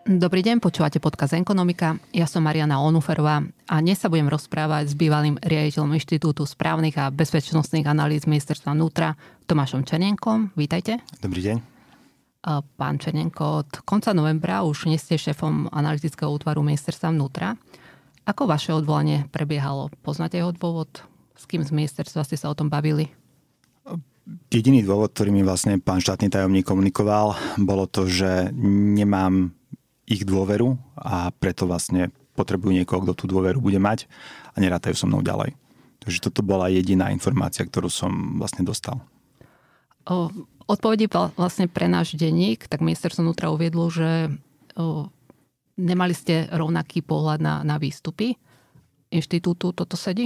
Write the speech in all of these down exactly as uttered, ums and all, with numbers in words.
Dobrý deň, počúvate podcast Ekonomika. Ja som Mariana Onuferová a dnes sa budem rozprávať s bývalým riaditeľom Inštitútu správnych a bezpečnostných analýz Ministerstva vnútra Tomášom Černenkom. Vítajte. Dobrý deň. Pán Černenko, od konca novembra už nie ste šéfom analytického útvaru Ministerstva vnútra. Ako vaše odvolanie prebiehalo? Poznáte jeho dôvod? S kým z ministerstva ste sa o tom bavili? Jediný dôvod, ktorý mi vlastne pán štátny tajomník komunikoval, bolo to, že nemám ich dôveru a preto vlastne potrebujú niekoho, kto tú dôveru bude mať a nerátajú so mnou ďalej. Takže toto bola jediná informácia, ktorú som vlastne dostal. O odpovedi vlastne pre náš denník, tak ministerstvo vnútra uviedlo, že o, nemali ste rovnaký pohľad na, na výstupy inštitútu. Toto sedí?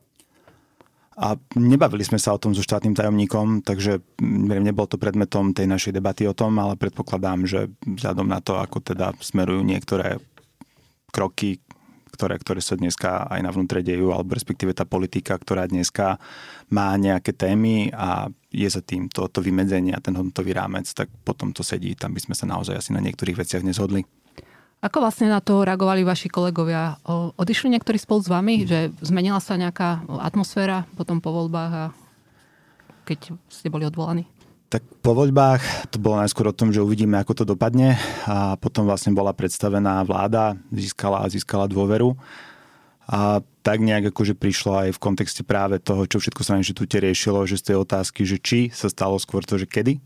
A nebavili sme sa o tom so štátnym tajomníkom, takže nebol to predmetom tej našej debaty o tom, ale predpokladám, že vzhľadom na to, ako teda smerujú niektoré kroky, ktoré, ktoré sa dneska aj na vnútre dejú, alebo respektíve tá politika, ktorá dneska má nejaké témy a je za tým to, to vymedzenie a ten hodnotový rámec, tak potom to sedí. Tam by sme sa naozaj asi na niektorých veciach nezhodli. Ako vlastne na to reagovali vaši kolegovia? O, odišli niektorí spolu s vami, že zmenila sa nejaká atmosféra potom po voľbách a keď ste boli odvolaní? Tak po voľbách to bolo najskôr o tom, že uvidíme, ako to dopadne a potom vlastne bola predstavená vláda, získala a získala dôveru. A tak nejak akože prišlo aj v kontexte práve toho, čo všetko sa na inštitúte riešilo, že z tej otázky, že či sa stalo skôr to, že kedy.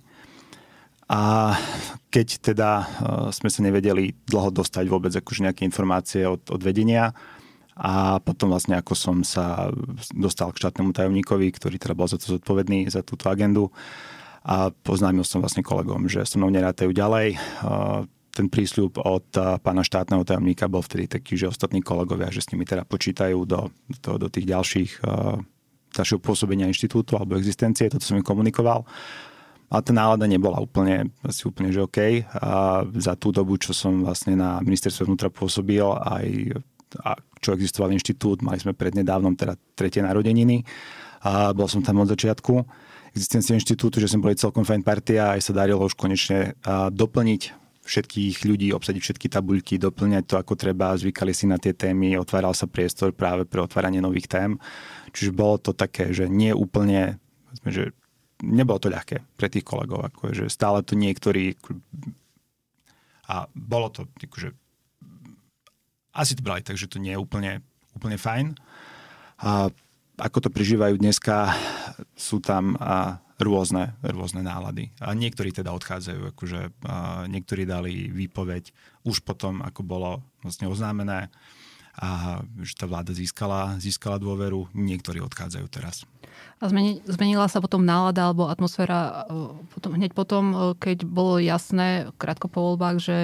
A keď teda sme sa nevedeli dlho dostať vôbec akože nejaké informácie od, od vedenia a potom vlastne ako som sa dostal k štátnemu tajomníkovi, ktorý teda bol za to zodpovedný, za túto agendu a poznámil som vlastne kolegom, že so mnou nerátajú ďalej. Ten prísľub od pána štátneho tajomníka bol vtedy taký, že ostatní kolegovia, že s nimi teda počítajú do, do, do tých ďalších ďalšieho pôsobenia inštitútu alebo existencie, toto som im komunikoval. Ale tá nálada nebola úplne, asi úplne, že OK. A za tú dobu, čo som vlastne na ministerstve vnútra pôsobil, aj a čo existoval inštitút, mali sme prednedávnom teda tretie narodeniny. A bol som tam od začiatku existencie inštitútu, že sme boli celkom fajn partia a aj sa darilo už konečne doplniť všetkých ľudí, obsadiť všetky tabuľky, doplňať to, ako treba, zvykali si na tie témy, otváral sa priestor práve pre otváranie nových tém. Čiže bolo to také, že nie úplne, že nebolo to ľahké pre tých kolegov, akože stále to niektorí a bolo to akože asi to brali tak, že to nie je úplne, úplne fajn. A ako to prežívajú dneska, sú tam a rôzne, rôzne nálady. A niektorí teda odchádzajú, akože a niektorí dali výpoveď už potom, ako bolo vlastne oznámené a že tá vláda získala, získala dôveru, niektorí odchádzajú teraz. A zmenila sa potom nálada alebo atmosféra potom, hneď potom, keď bolo jasné, krátko po voľbách, že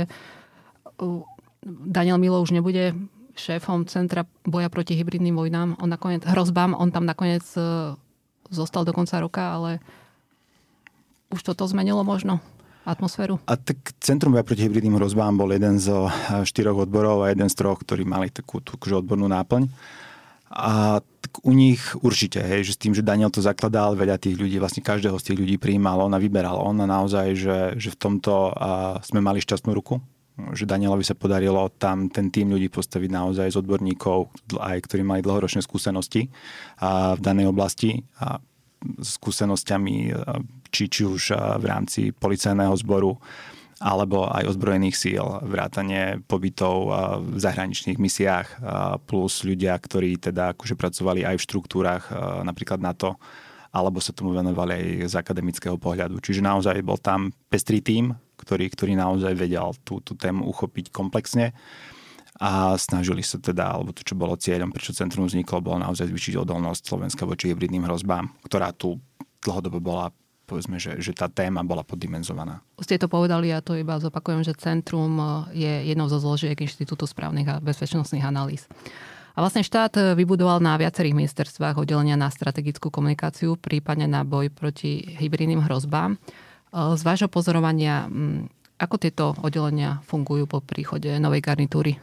Daniel Milo už nebude šéfom Centra boja proti hybridným vojnám, on nakoniec, hrozbám, on tam nakoniec zostal do konca roka, ale už toto zmenilo možno atmosféru? A tak Centrum boja proti hybridným hrozbám bol jeden zo štyroch odborov a jeden z troch, ktorý mali takú tú odbornú náplň. A tak u nich určite, hej, že s tým, že Daniel to zakladal, veľa tých ľudí, vlastne každého z tých ľudí prijímal, on a vyberal on a naozaj, že, že v tomto a sme mali šťastnú ruku, že Danielovi sa podarilo tam ten tým ľudí postaviť naozaj z odborníkov, aj ktorí mali dlhoročné skúsenosti a v danej oblasti a skúsenosťami či, či už v rámci policajného zboru alebo aj ozbrojených síl, vrátane pobytov v zahraničných misiách, plus ľudia, ktorí teda akože pracovali aj v štruktúrach napríklad NATO, alebo sa tomu venovali aj z akademického pohľadu. Čiže naozaj bol tam pestrý tím, ktorý, ktorý naozaj vedel tú, tú tému uchopiť komplexne a snažili sa teda, alebo to, čo bolo cieľom, prečo centrum vzniklo, bolo naozaj zvýšiť odolnosť Slovenska voči hybridným hrozbám, ktorá tu dlhodobo bola, povedzme, že, že tá téma bola poddimenzovaná. Už ste to povedali, ja to iba zopakujem, že Centrum je jednou zo zložiek Inštitútu správnych a bezpečnostných analýz. A vlastne štát vybudoval na viacerých ministerstvách oddelenia na strategickú komunikáciu, prípadne na boj proti hybridným hrozbám. Z vášho pozorovania, ako tieto oddelenia fungujú po príchode novej garnitúry?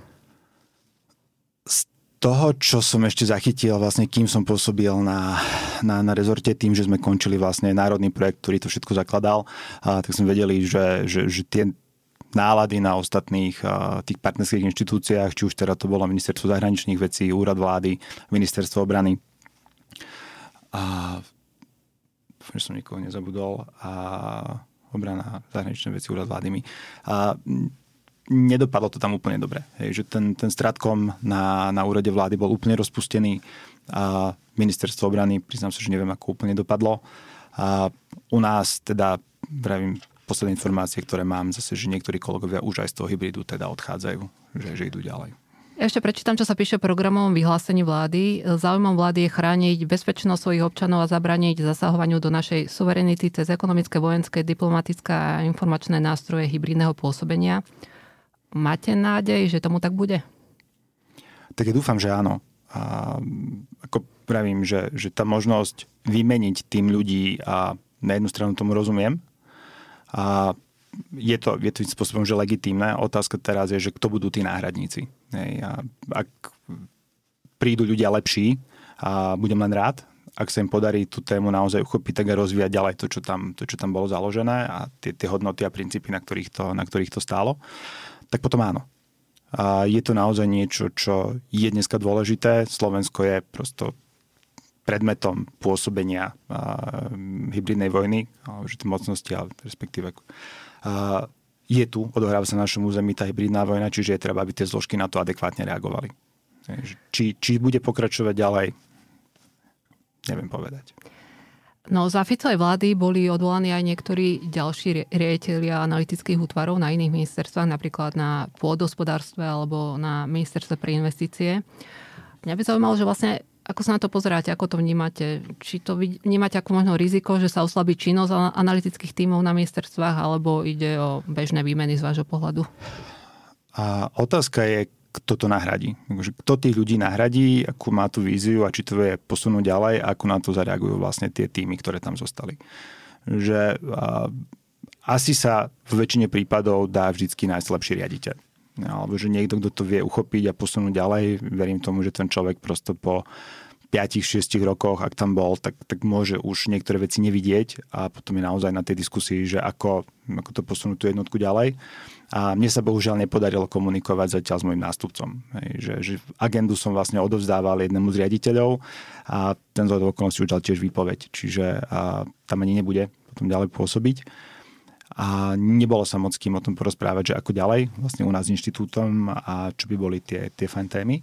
Z toho, čo som ešte zachytil, vlastne kým som pôsobil na, na, na rezorte, tým, že sme končili vlastne národný projekt, ktorý to všetko zakladal, a tak sme vedeli, že, že, že tie nálady na ostatných tých partnerských inštitúciách, či už teda to bolo Ministerstvo zahraničných vecí, Úrad vlády, Ministerstvo obrany. A dúfam, že som nikoho nezabudol. A obrana, zahraničné veci, Úrad vlády mi. A nedopadlo to tam úplne dobre. Hej, že ten, ten Stratkom na, na úrade vlády bol úplne rozpustený. A Ministerstvo obrany, priznám sa, že neviem, ako úplne dopadlo. A u nás teda, pravím, posledné informácie, ktoré mám, zase, že niektorí kolegovia už aj z toho hybridu teda odchádzajú, že, že idú ďalej. Ešte prečítam, čo sa píše v programovom vyhlásení vlády. Záujmom vlády je chrániť bezpečnosť svojich občanov a zabrániť zasahovaniu do našej suverenity cez ekonomické, vojenské, diplomatické a informačné nástroje hybridného pôsobenia. Máte nádej, že tomu tak bude? Tak ja dúfam, že áno. A ako pravím, že, že tá možnosť vymeniť tým ľudí, a na jednu stranu tomu rozumiem, a je to, je to tým spôsobom, že legitímne. Otázka teraz je, že kto budú tí náhradníci. Hej, a ak prídu ľudia lepší, a budem len rád, ak sa im podarí tú tému naozaj uchopiť, tak a rozvíjať ďalej to, čo tam, to, čo tam bolo založené a tie, tie hodnoty a princípy, na ktorých to, na ktorých to stálo, tak potom áno. A je to naozaj niečo, čo je dneska dôležité. Slovensko je prosto predmetom pôsobenia a, hybridnej vojny, alebo že tie mocnosti, ale respektíve a, je tu, odohráva sa na našom území tá hybridná vojna, čiže je treba, aby tie zložky na to adekvátne reagovali. Či, či bude pokračovať ďalej, neviem povedať. No, za Ficovej vlády boli odvolaní aj niektorí ďalší riaditelia analytických útvarov na iných ministerstvách, napríklad na pôdohospodárstve alebo na ministerstve pre investície. Mňa by zaujímalo, že vlastne ako sa na to pozeráte, ako to vnímate? Či to vnímate ako možno riziko, že sa oslabí činnosť analytických tímov na ministerstvách, alebo ide o bežné výmeny z vášho pohľadu? A otázka je, kto to nahradí. Kto tých ľudí nahradí, akú má tú víziu a či to vie posunúť ďalej a ako na to zareagujú vlastne tie tímy, ktoré tam zostali. Že a, asi sa v väčšine prípadov dá vždycky nájsť lepší riaditeľ. Alebo že niekto, kto to vie uchopiť a posunúť ďalej. Verím tomu, že ten človek prosto po päť šesť rokoch, ak tam bol, tak, tak môže už niektoré veci nevidieť a potom je naozaj na tej diskusii, že ako, ako to posunúť tú jednotku ďalej. A mne sa bohužiaľ nepodarilo komunikovať zatiaľ s môjim nástupcom. Hej, že, že agendu som vlastne odovzdával jednému z riaditeľov a ten z okolností už dal tiež výpoveď. Čiže a, tam ani nebude potom ďalej pôsobiť. A nebolo sa moc kým o tom porozprávať, že ako ďalej vlastne u nás s inštitútom a čo by boli tie, tie fajn témy.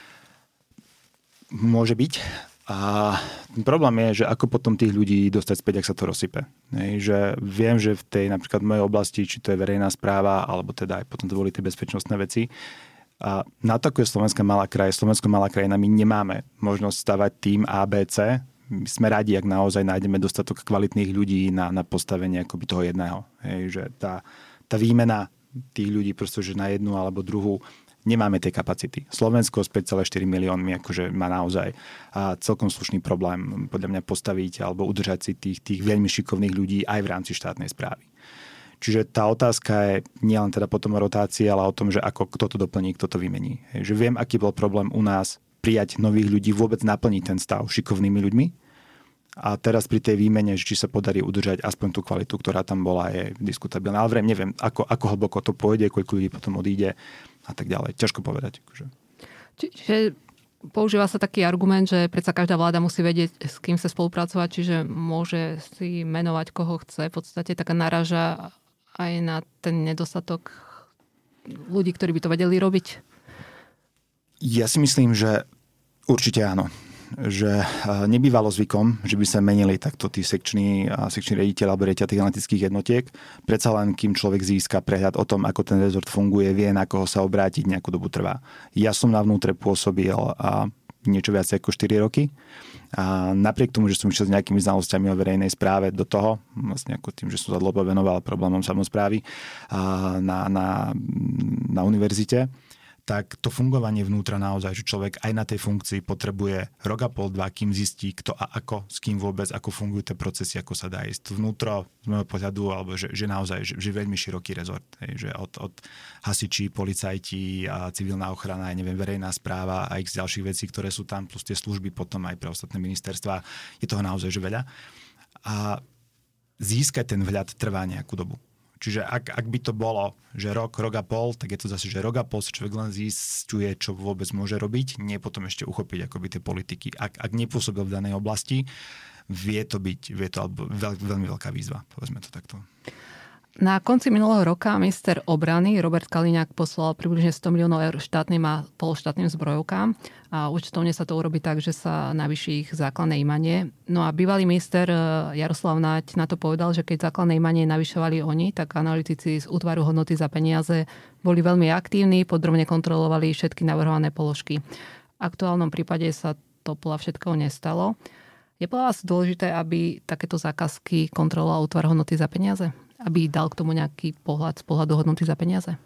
Môže byť. A ten problém je, že ako potom tých ľudí dostať späť, ak sa to rozsype. Hej, že viem, že v tej napríklad v mojej oblasti, či to je verejná správa, alebo teda aj potom to boli tie bezpečnostné veci. A na to, ako je Slovenská malá kraj, Slovensko malá krajina, my nemáme možnosť stavať tým á bé cé. My sme radi, ak naozaj nájdeme dostatok kvalitných ľudí na, na postavenie akoby toho jedného. Hej, že tá, tá výmena tých ľudí proste, že na jednu alebo druhú nemáme tie kapacity. Slovensko s päť celé štyri miliónmi akože má naozaj a celkom slušný problém podľa mňa postaviť alebo udržať si tých, tých veľmi šikovných ľudí aj v rámci štátnej správy. Čiže tá otázka je nielen teda potom o rotácii, ale o tom, že ako kto to doplní, kto to vymení. Hej, že viem, aký bol problém u nás prijať nových ľudí, vôbec naplniť ten stav šikovnými ľuďmi. A teraz pri tej výmene, či sa podarí udržať aspoň tú kvalitu, ktorá tam bola, je diskutabilná. Ale vrem, neviem, ako, ako hlboko to pôjde, koľko ľudí potom odíde a tak ďalej. Ťažko povedať. Akože. Čiže používa sa taký argument, že predsa každá vláda musí vedieť, s kým sa spolupracovať, čiže môže si menovať, koho chce. V podstate taká naráža aj na ten nedostatok ľudí, ktorí by to vedeli robiť. Ja si myslím, že určite áno. Že nebývalo zvykom, že by sa menili takto tí sekční, sekční riaditeľ alebo riaditeľ tých analytických jednotiek. Predsa len, kým človek získa prehľad o tom, ako ten rezort funguje, vie, na koho sa obrátiť, nejakú dobu trvá. Ja som na vnútre pôsobil a niečo viac ako štyri roky. A napriek tomu, že som išiel s nejakými znalosťami o verejnej správe do toho, vlastne ako tým, že som sa dlho venoval problémom samosprávy na, na, na univerzite, tak to fungovanie vnútra naozaj, že človek aj na tej funkcii potrebuje rok a pol, dva, kým zistí, kto a ako, s kým vôbec, ako fungujú tie procesy, ako sa dá ísť vnútro z môjho pohľadu, alebo že, že naozaj, že, že veľmi široký rezort. Hej, že od, od hasiči, policajti a civilná ochrana, aj neviem, verejná správa a x ďalších vecí, ktoré sú tam, plus tie služby potom aj pre ostatné ministerstvá. Je toho naozaj že veľa. A získať ten vhľad trvá nejakú dobu. Čiže ak, ak by to bolo, že rok, rok a pol, tak je to zase, že rok a pol sa človek len zisťuje, čo vôbec môže robiť, nie potom ešte uchopiť akoby tie politiky. Ak, ak nepôsobil v danej oblasti, vie to byť, vie to veľ, veľmi veľká výzva, povedzme to takto. Na konci minulého roka minister obrany Robert Kaliňák poslal približne sto miliónov eur štátnym a pološtátnym zbrojovkám a účtovne sa to urobí tak, že sa navýši ich základné imanie. No a bývalý minister Jaroslav Naď na to povedal, že keď základné imanie navyšovali oni, tak analytici z útvaru hodnoty za peniaze boli veľmi aktívni, podrobne kontrolovali všetky navrhované položky. V aktuálnom prípade sa to podľa všetkého nestalo. Je podľa vás dôležité, aby takéto zákazky kontroloval útvar hodnoty za peniaze? Aby dal k tomu nejaký pohľad z pohľadu hodnoty za peniaze?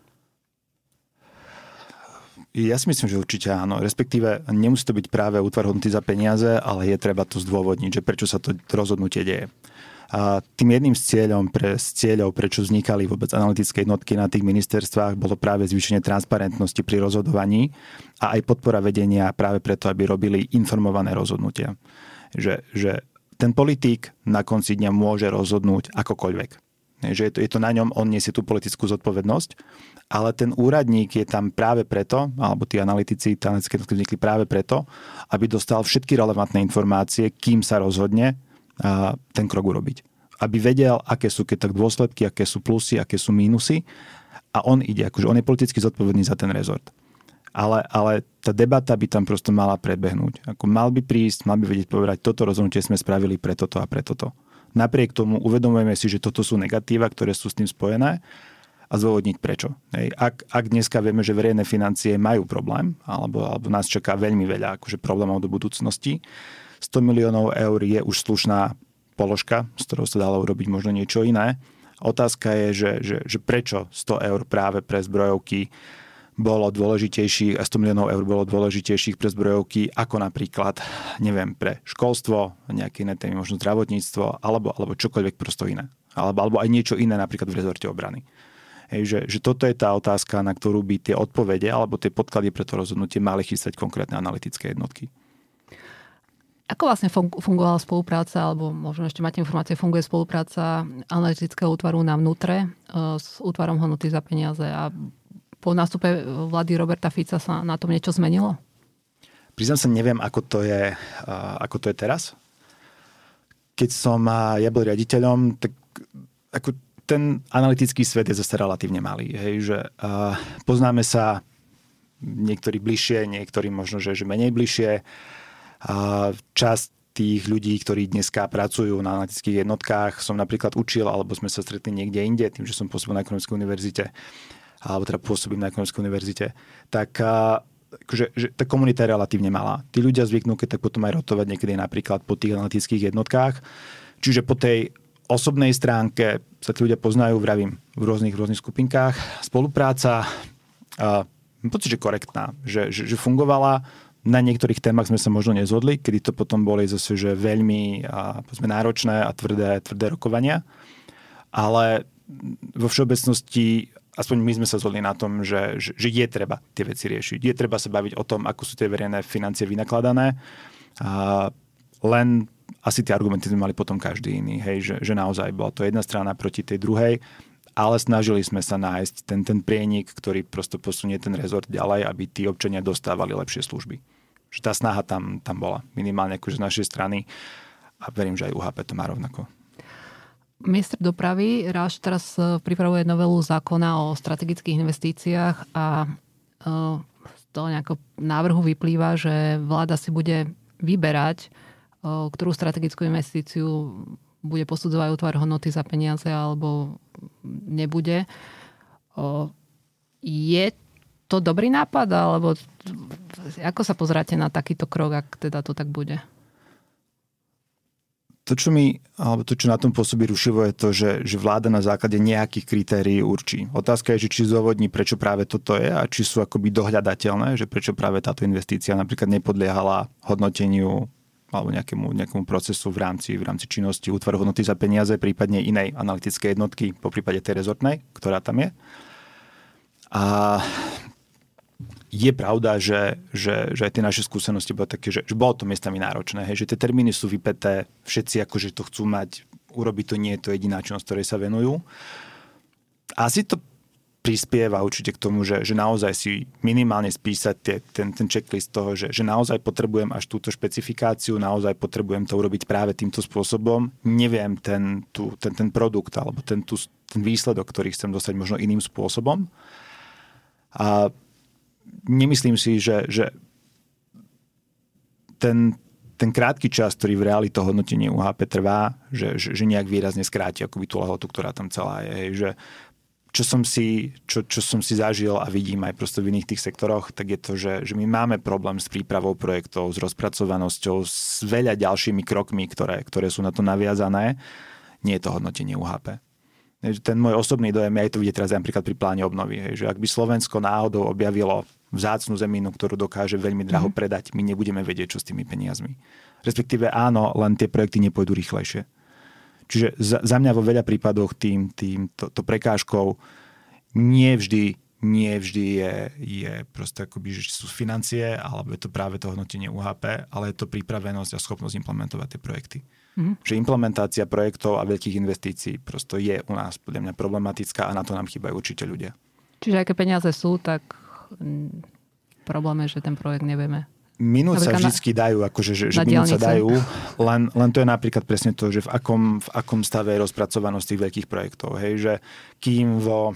Ja si myslím, že určite áno. Respektíve nemusí to byť práve útvar hodnoty za peniaze, ale je treba to zdôvodniť, že prečo sa to rozhodnutie deje. A tým jedným z cieľom, pre, z cieľov, prečo vznikali vôbec analytické jednotky na tých ministerstvách, bolo práve zvýšenie transparentnosti pri rozhodovaní a aj podpora vedenia práve preto, aby robili informované rozhodnutia. Že, že ten politik na konci dňa môže rozhodnúť akokoľvek. Že je to, je to na ňom, on nesie tú politickú zodpovednosť, ale ten úradník je tam práve preto, alebo tí analytici, tí analytické jednotky vznikli práve preto, aby dostal všetky relevantné informácie, kým sa rozhodne a, ten krok urobiť. Aby vedel, aké sú keď tak dôsledky, aké sú plusy, aké sú mínusy a on ide, akože on je politicky zodpovedný za ten rezort. Ale, ale tá debata by tam prosto mala prebehnúť. Ako mal by prísť, mal by vedieť povedať, toto rozhodnutie sme spravili pre toto a pre toto. Napriek tomu uvedomujeme si, že toto sú negatíva, ktoré sú s tým spojené a zdôvodniť prečo. Hej. Ak, ak dneska vieme, že verejné financie majú problém, alebo, alebo nás čaká veľmi veľa akože problémov do budúcnosti, sto miliónov eur je už slušná položka, z ktorou sa dalo urobiť možno niečo iné. Otázka je, že, že, že prečo sto eur práve pre zbrojovky bolo dôležitejších, a sto miliónov eur bolo dôležitejších pre zbrojovky ako napríklad, neviem, pre školstvo, nejaké iné témy, možno zdravotníctvo, alebo, alebo čokoľvek prosto iné. Alebo, alebo aj niečo iné napríklad v rezorte obrany. Hej, že, že toto je tá otázka, na ktorú by tie odpovede alebo tie podklady pre to rozhodnutie mali chystať konkrétne analytické jednotky. Ako vlastne fungovala spolupráca, alebo možno ešte máte informácie, funguje spolupráca analytického útvaru na vnútre s útvarom hodnoty za peniaze a po nástupe vlády Roberta Fica sa na tom niečo zmenilo? Priznám sa, neviem, ako to je, ako to je teraz. Keď som ja bol riaditeľom, tak ako ten analytický svet je zase relatívne malý. Hej, že uh, poznáme sa niektorí bližšie, niektorí možno, že, že menej bližšie. Uh, časť tých ľudí, ktorí dneska pracujú na analytických jednotkách, som napríklad učil, alebo sme sa stretli niekde inde, tým, že som pôsobil na Ekonomickej univerzite, alebo teda pôsobím na Ekonomickej univerzite, tak akože, že tá komunita je relatívne malá. Tí ľudia zvyknú, keď tak potom aj rotovať niekedy napríklad po tých analytických jednotkách. Čiže po tej osobnej stránke sa tí ľudia poznajú, vravím, v rôznych, rôznych skupinkách. Spolupráca, a, mám pocit, že korektná, že, že, že fungovala. Na niektorých témach sme sa možno nezhodli, kedy to potom boli zase že veľmi a, povedzme, náročné a tvrdé, tvrdé rokovania. Ale vo všeobecnosti aspoň my sme sa zhodli na tom, že, že, že je treba tie veci riešiť. Je treba sa baviť o tom, ako sú tie verejné financie vynakladané. A len asi tie argumenty sme mali potom každý iný. Hej, že, že naozaj bola to jedna strana proti tej druhej, ale snažili sme sa nájsť ten, ten prienik, ktorý prosto posunie ten rezort ďalej, aby tí občania dostávali lepšie služby. Že tá snaha tam, tam bola. Minimálne akože z našej strany. A verím, že aj U H P to má rovnako. Minister dopravy Ráš teraz pripravuje novelu zákona o strategických investíciách a z toho nejakého návrhu vyplýva, že vláda si bude vyberať, ktorú strategickú investíciu bude posudzovať útvar hodnoty za peniaze alebo nebude. Je to dobrý nápad? Alebo ako sa pozráte na takýto krok, ak teda to tak bude? To, čo mi, alebo to, čo na tom pôsobí rušivo, je to, že, že vláda na základe nejakých kritérií určí. Otázka je, že či zdôvodní, prečo práve toto je a či sú akoby dohľadateľné, že prečo práve táto investícia napríklad nepodliehala hodnoteniu alebo nejakému, nejakému procesu v rámci, v rámci činnosti útvaru hodnoty za peniaze, prípadne inej analytickej jednotky, po prípade tej rezortnej, ktorá tam je. A je pravda, že, že, že aj tie naše skúsenosti boli také, že, že bolo to miestami náročné, hej, že tie termíny sú vypäté, všetci akože to chcú mať, urobiť to nie je to jediná činnosť, ktorej sa venujú. asi to prispieva určite k tomu, že, že naozaj si minimálne spísať tie, ten, ten checklist toho, že, že naozaj potrebujem až túto špecifikáciu, naozaj potrebujem to urobiť práve týmto spôsobom. Neviem ten, tú, ten, ten produkt alebo ten, tú, ten výsledok, ktorý chcem dostať možno iným spôsobom. A nemyslím si, že, že ten, ten krátky čas, ktorý v reáli to hodnotenie U H P trvá, že, že, že nejak výrazne skráti akoby tú lehotu, ktorá tam celá je. Hej, že čo som si, čo, čo som si zažil a vidím aj proste v iných tých sektoroch, tak je to, že, že my máme problém s prípravou projektov, s rozpracovanosťou, s veľa ďalšími krokmi, ktoré, ktoré sú na to naviazané. Nie je to hodnotenie U H P. Ten môj osobný dojem, ja aj to vidieť teraz napríklad pri pláne obnovy, hej, že ak by Slovensko náhodou objavilo vzácnu zeminu, ktorú dokáže veľmi draho predať, my nebudeme vedieť, čo s tými peniazmi. Respektíve áno, len tie projekty nepôjdu rýchlejšie. Čiže za, za mňa vo veľa prípadoch tým, tým to, to prekážkou nie vždy, nie vždy je, je proste akoby, že sú financie, alebo je to práve to hodnotenie U H P, ale je to pripravenosť a schopnosť implementovať tie projekty. Mm-hmm. Že implementácia projektov a veľkých investícií prosto je u nás podľa mňa problematická a na to nám chýbajú určite ľudia. Čiže aké peniaze sú, tak problém je, že ten projekt nevieme. Minúť sa vždycky dajú, akože, že, že minúť sa dajú, len, len to je napríklad presne to, že v akom, v akom stave je rozpracovanosť tých veľkých projektov. Hej, že kým vo,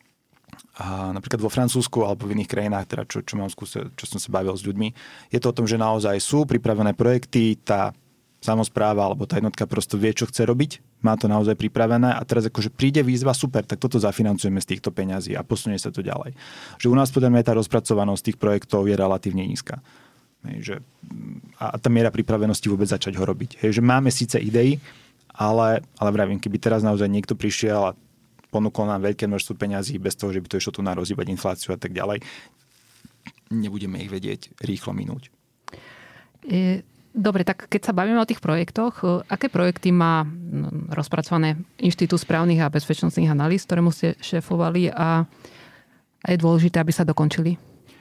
a napríklad vo Francúzsku alebo v iných krajinách, teda čo, čo, mám skúse, čo som sa bavil s ľuďmi, je to o tom, že naozaj sú pripravené projekty, tá samospráva alebo tá jednotka prosto vie, čo chce robiť, má to naozaj pripravené a teraz akože príde výzva, super, tak toto zafinancujeme z týchto peňazí a posunie sa to ďalej. Že u nás podľa mňa tá rozpracovanosť tých projektov je relatívne nízka. Hej, že, a tá miera pripravenosti vôbec začať ho robiť. Hej, že máme síce idei, ale, ale vravím, keby teraz naozaj niekto prišiel a ponúkol nám veľké množstvo peňazí bez toho, že by to išlo tu na rozhýbať infláciu a tak ďalej, nebudeme ich vedieť rýchlo minúť. Je, dobre, tak keď sa bavíme o tých projektoch, aké projekty má rozpracované Inštitút správnych a bezpečnostných analýz, ktorému ste šéfovali a, a je dôležité, aby sa dokončili?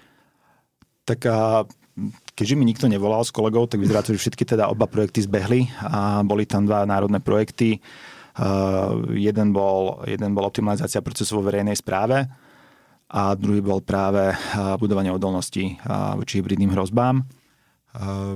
Tak a keďže mi nikto nevolal s kolegou, tak vyzerá to, že všetky teda oba projekty zbehli a boli tam dva národné projekty. Uh, jeden, bol, jeden bol optimalizácia procesu vo verejnej správe a druhý bol práve uh, budovanie odolnosti uh, voči hybridným hrozbám. Uh,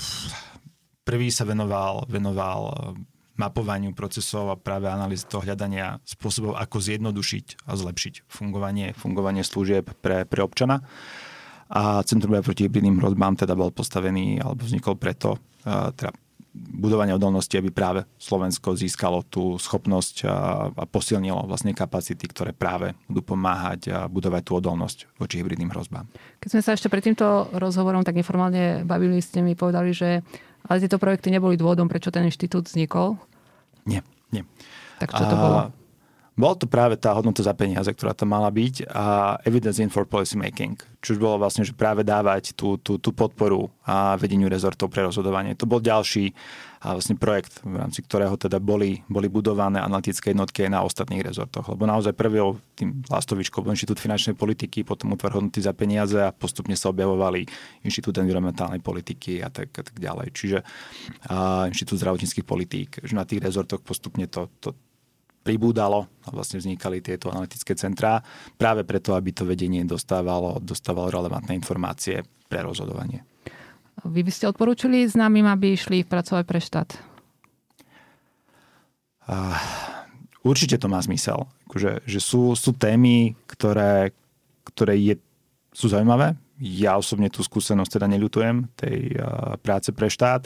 prvý sa venoval, venoval mapovaniu procesov a práve analýze toho hľadania spôsobov, ako zjednodušiť a zlepšiť fungovanie, fungovanie služieb pre, pre občana. A Centrum boja proti hybridným hrozbám teda bol postavený alebo vznikol preto teda budovanie odolnosti, aby práve Slovensko získalo tú schopnosť a posilnilo vlastne kapacity, ktoré práve budú pomáhať a budovať tú odolnosť voči hybridným hrozbám. Keď sme sa ešte pred týmto rozhovorom tak neformálne bavili, ste mi povedali, že ale tieto projekty neboli dôvodom, prečo ten inštitút vznikol? Nie, nie. Tak čo to bolo? A... Bolo to práve tá hodnota za peniaze, ktorá tam mala byť a evidence in for policy making, čo už bolo vlastne, že práve dávať tú, tú, tú podporu a vedeniu rezortov pre rozhodovanie. To bol ďalší a vlastne projekt, v rámci ktorého teda boli, boli budované analytické jednotky aj na ostatných rezortoch. Lebo naozaj prvou tým lastovičkou bol Inštitút finančnej politiky, potom útvar hodnoty za peniaze a postupne sa objavovali Inštitút environmentálnej politiky a tak, a tak ďalej. Čiže a, Inštitút zdravotníckych politík, že na tých rezortoch postupne to, to pribúdalo a vlastne vznikali tieto analytické centrá práve preto, aby to vedenie dostávalo, dostávalo relevantné informácie pre rozhodovanie. Vy by ste odporúčili známym, aby išli pracovať pre štát? Uh, určite to má zmysel. Akože, že sú, sú témy, ktoré, ktoré je, sú zaujímavé. Ja osobne tú skúsenosť teda neľutujem tej uh, práce pre štát.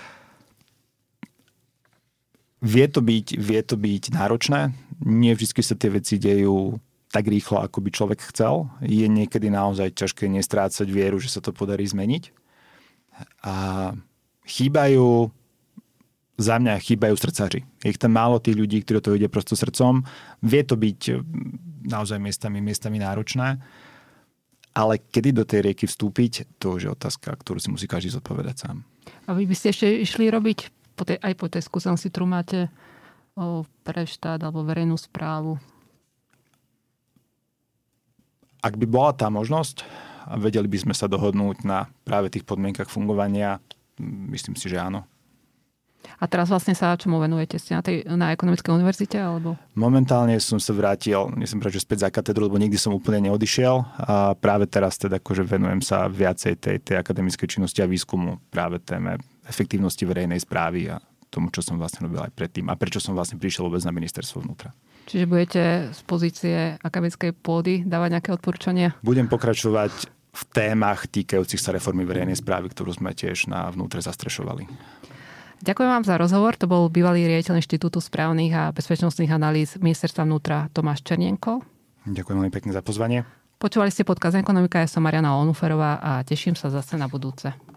Vie to byť, vie to byť náročné. Nie vždy sa tie veci dejú tak rýchlo, ako by človek chcel. Je niekedy naozaj ťažké nestrácať vieru, že sa to podarí zmeniť. A chýbajú, za mňa chýbajú srdcaři. Je ich tam málo tých ľudí, ktorí to ide prosto srdcom. Vie to byť naozaj miestami, miestami náročné. Ale kedy do tej rieky vstúpiť, to už je otázka, ktorú si musí každý zodpovedať sám. A vy by ste ešte išli robiť Po tej, aj po tej skúsenosti, ktorú máte o, pre štát alebo verejnú správu? Ak by bola tá možnosť a vedeli by sme sa dohodnúť na práve tých podmienkach fungovania, myslím si, že áno. A teraz vlastne sa čomu venujete? Ste na, tej, na ekonomickej univerzite? Alebo? Momentálne som sa vrátil, nesem prečo späť za katedru, lebo nikdy som úplne neodišiel. A práve teraz teda akože venujem sa viacej tej, tej akademickej činnosti a výskumu práve téme efektívnosti verejnej správy a tomu, čo som vlastne robil aj predtým a prečo som vlastne prišiel vôbec na ministerstvo vnútra. Čiže budete z pozície akademickej pôdy dávať nejaké odporúčania? Budem pokračovať v témach týkajúcich sa reformy verejnej správy, ktorú sme tiež na vnútre zastrešovali. Ďakujem vám za rozhovor. To bol bývalý riaditeľ Inštitútu správnych a bezpečnostných analýz Ministerstva vnútra Tomáš Černienko. Ďakujem veľmi pekne za pozvanie. Počúvali ste podcast Ekonomika, ja som Mariana Onuferová a teším sa zase na budúce.